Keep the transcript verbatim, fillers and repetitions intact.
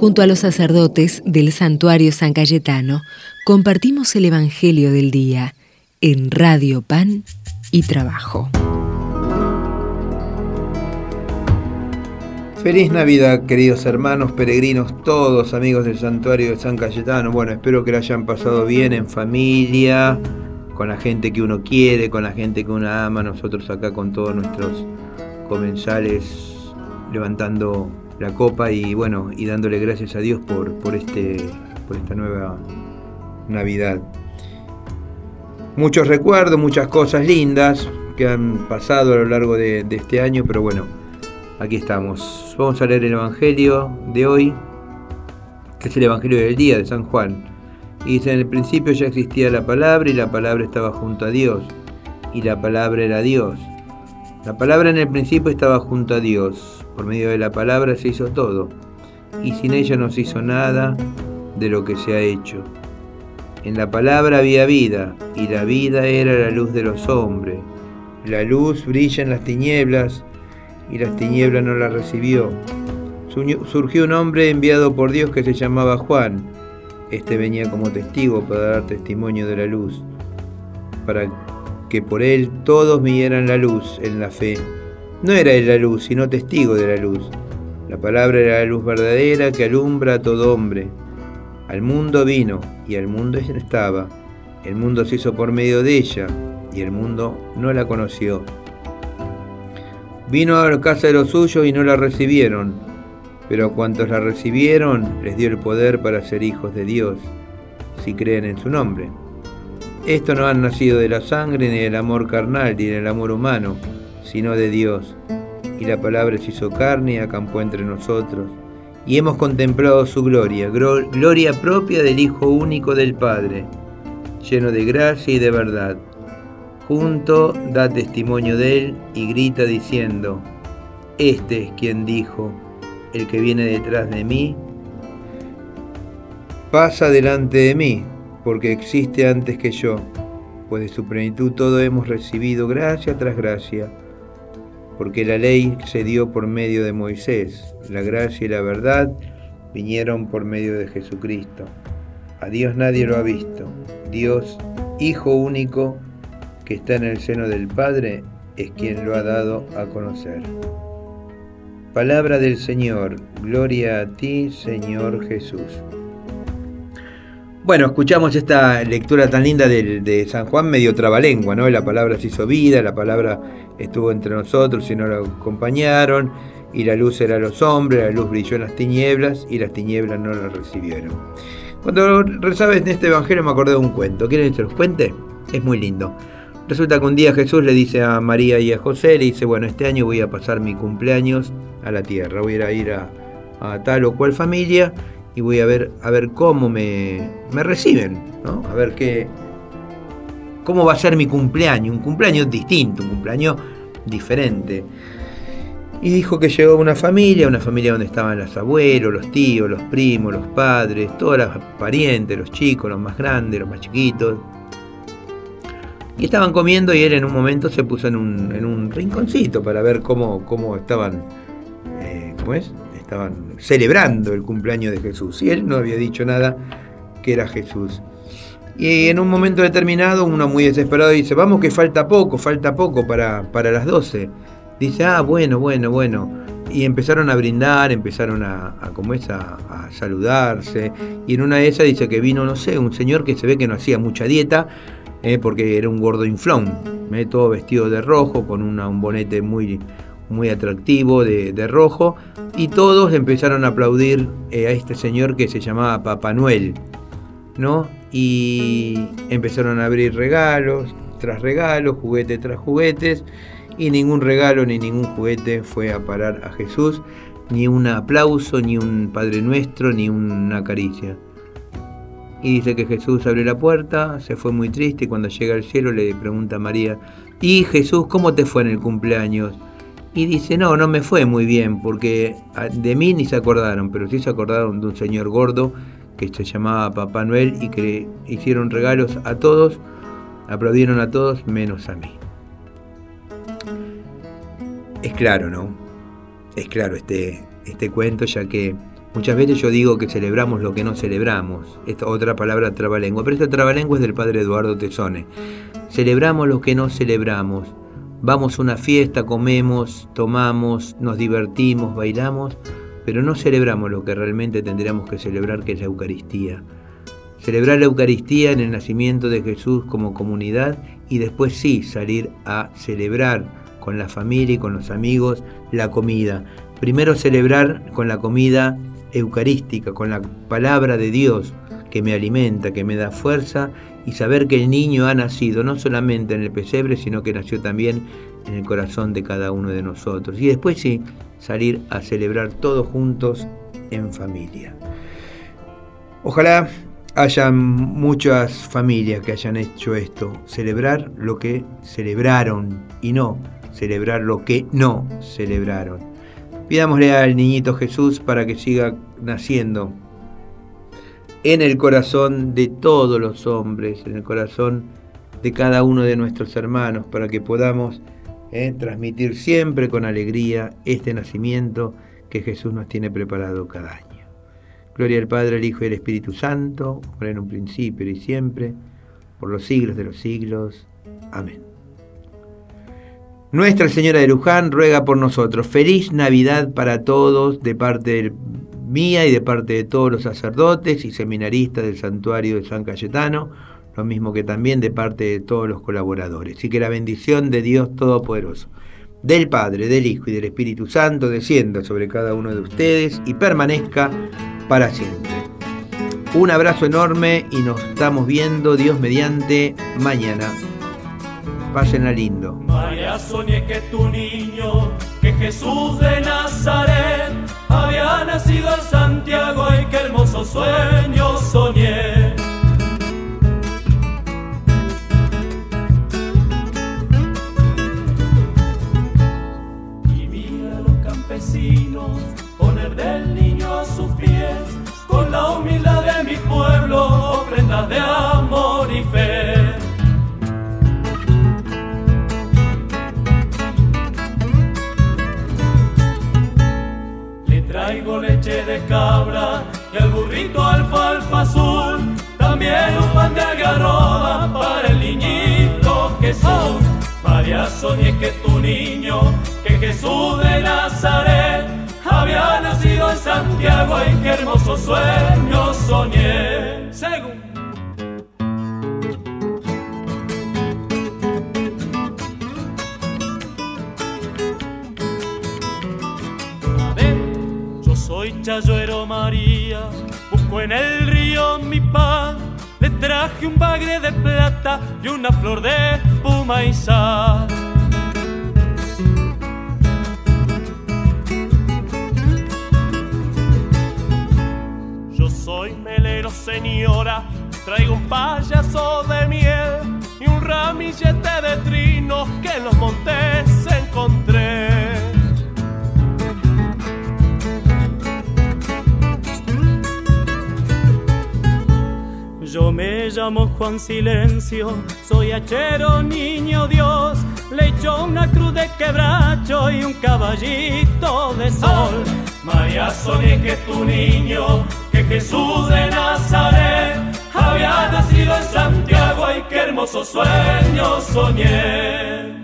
Junto a los sacerdotes del Santuario San Cayetano, compartimos el Evangelio del Día en Radio Pan y Trabajo. Feliz Navidad, queridos hermanos, peregrinos, todos amigos del Santuario de San Cayetano. Bueno, espero que lo hayan pasado bien en familia, con la gente que uno quiere, con la gente que uno ama. Nosotros acá con todos nuestros comensales levantando la copa y bueno, y dándole gracias a Dios por, por, este, por esta nueva Navidad. Muchos recuerdos, muchas cosas lindas que han pasado a lo largo de, de este año, pero bueno, aquí estamos. Vamos a leer el Evangelio de hoy, que es el Evangelio del día de San Juan. Y dice: en el principio ya existía la palabra, y la palabra estaba junto a Dios, y la palabra era Dios. La palabra en el principio estaba junto a Dios. Por medio de la palabra se hizo todo, y sin ella no se hizo nada de lo que se ha hecho. En la palabra había vida, y la vida era la luz de los hombres. La luz brilla en las tinieblas, y las tinieblas no la recibió. Surgió un hombre enviado por Dios que se llamaba Juan. Este venía como testigo para dar testimonio de la luz, para que por él todos vieran la luz en la fe. No era él la luz, sino testigo de la luz. La palabra era la luz verdadera que alumbra a todo hombre. Al mundo vino, y al mundo estaba. El mundo se hizo por medio de ella, y el mundo no la conoció. Vino a la casa de los suyos y no la recibieron, pero a cuantos la recibieron les dio el poder para ser hijos de Dios, si creen en su nombre. Estos no han nacido de la sangre, ni del amor carnal, ni del amor humano, sino de Dios. Y la palabra se hizo carne y acampó entre nosotros, y hemos contemplado su gloria, gloria propia del Hijo único del Padre, lleno de gracia y de verdad. Junto da testimonio de él y grita diciendo: este es quien dijo: el que viene detrás de mí pasa delante de mí, porque existe antes que yo, pues de su plenitud todo hemos recibido gracia tras gracia. Porque la ley se dio por medio de Moisés, la gracia y la verdad vinieron por medio de Jesucristo. A Dios nadie lo ha visto. Dios, Hijo único, que está en el seno del Padre, es quien lo ha dado a conocer. Palabra del Señor. Gloria a ti, Señor Jesús. Bueno, escuchamos esta lectura tan linda de, de San Juan, medio trabalengua, ¿no? La palabra se hizo vida, la palabra estuvo entre nosotros y nos la acompañaron, y la luz era los hombres, la luz brilló en las tinieblas, y las tinieblas no la recibieron. Cuando rezaba en este Evangelio me acordé de un cuento. ¿Quieren que se los cuente? Es muy lindo. Resulta que un día Jesús le dice a María y a José, le dice: bueno, este año voy a pasar mi cumpleaños a la tierra, voy a ir a, a tal o cual familia, y voy a ver a ver cómo me, me reciben, ¿no? A ver qué, cómo va a ser mi cumpleaños, un cumpleaños distinto, un cumpleaños diferente. Y dijo que llegó una familia, una familia donde estaban los abuelos, los tíos, los primos, los padres, todas las parientes, los chicos, los más grandes, los más chiquitos. Y estaban comiendo, y él en un momento se puso en un, en un rinconcito para ver cómo, cómo estaban, eh, ¿cómo es? Estaban celebrando el cumpleaños de Jesús, y él no había dicho nada que era Jesús. Y en un momento determinado, uno muy desesperado dice: vamos que falta poco, falta poco para, para las doce. Dice: ah, bueno, bueno, bueno. Y empezaron a brindar, empezaron a, a como es, a, a saludarse, y en una de esas dice que vino, no sé, un señor que se ve que no hacía mucha dieta, eh, porque era un gordo inflón, eh, todo vestido de rojo, con una, un bonete muy... muy atractivo de, de rojo, y todos empezaron a aplaudir eh, a este señor que se llamaba Papá Noel, ¿no? Y empezaron a abrir regalos tras regalos, juguete tras juguetes, y ningún regalo ni ningún juguete fue a parar a Jesús, ni un aplauso, ni un Padre Nuestro, ni una caricia. Y dice que Jesús abrió la puerta, se fue muy triste, y cuando llega al cielo le pregunta a María: ¿y Jesús, cómo te fue en el cumpleaños? Y dice: no, no me fue muy bien, porque de mí ni se acordaron, pero sí se acordaron de un señor gordo que se llamaba Papá Noel, y que hicieron regalos a todos, aplaudieron a todos, menos a mí. Es claro, ¿no? Es claro este, este cuento, ya que Muchas veces yo digo que celebramos lo que no celebramos. Esta otra palabra trabalengua, pero esta trabalengua es del padre Eduardo Tezone. Celebramos lo que no celebramos. Vamos a una fiesta, comemos, tomamos, nos divertimos, bailamos, pero no celebramos lo que realmente tendríamos que celebrar, que es la Eucaristía. Celebrar la Eucaristía en el nacimiento de Jesús como comunidad y después sí salir a celebrar con la familia y con los amigos la comida. Primero celebrar con la comida eucarística, con la palabra de Dios que me alimenta, que me da fuerza, y saber que el niño ha nacido no solamente en el pesebre, sino que nació también en el corazón de cada uno de nosotros. Y después sí, salir a celebrar todos juntos en familia. Ojalá haya muchas familias que hayan hecho esto, celebrar lo que celebraron y no celebrar lo que no celebraron. Pidámosle al niñito Jesús para que siga naciendo en el corazón de todos los hombres, en el corazón de cada uno de nuestros hermanos, para que podamos eh, transmitir siempre con alegría este nacimiento que Jesús nos tiene preparado cada año. Gloria al Padre, al Hijo y al Espíritu Santo, como en un principio y siempre, por los siglos de los siglos. Amén. Nuestra Señora de Luján ruega por nosotros. Feliz Navidad para todos, de parte de mía y de parte de todos los sacerdotes y seminaristas del Santuario de San Cayetano, lo mismo que también de parte de todos los colaboradores. Y que la bendición de Dios Todopoderoso, del Padre, del Hijo y del Espíritu Santo, descienda sobre cada uno de ustedes y permanezca para siempre. Un abrazo enorme y nos estamos viendo, Dios mediante, mañana. Pásenla lindo. María, soñé que tu niño, que Jesús de Nazaret, había nacido en Santiago, y qué hermoso sueño soñé. Y vi a los campesinos poner del niño a sus pies, con la humildad de mi pueblo, ofrendas de amor y fe. Traigo leche de cabra y el burrito alfalfa azul, también un pan de algarroba para el niñito Jesús. María, soñé que tu niño, que Jesús de Nazaret, había nacido en Santiago, y qué hermoso sueño soñé. Según soy Chayuero María, busco en el río mi pan, le traje un bagre de plata y una flor de espuma y sal. Yo soy melero, señora, traigo un payaso de miel y un ramillete de trinos que en los montes encontré. Yo me llamo Juan Silencio, soy hachero, niño Dios, le echo una cruz de quebracho y un caballito de sol. María, soñé que tu niño, que Jesús de Nazaret, había nacido en Santiago, y qué hermoso sueño soñé.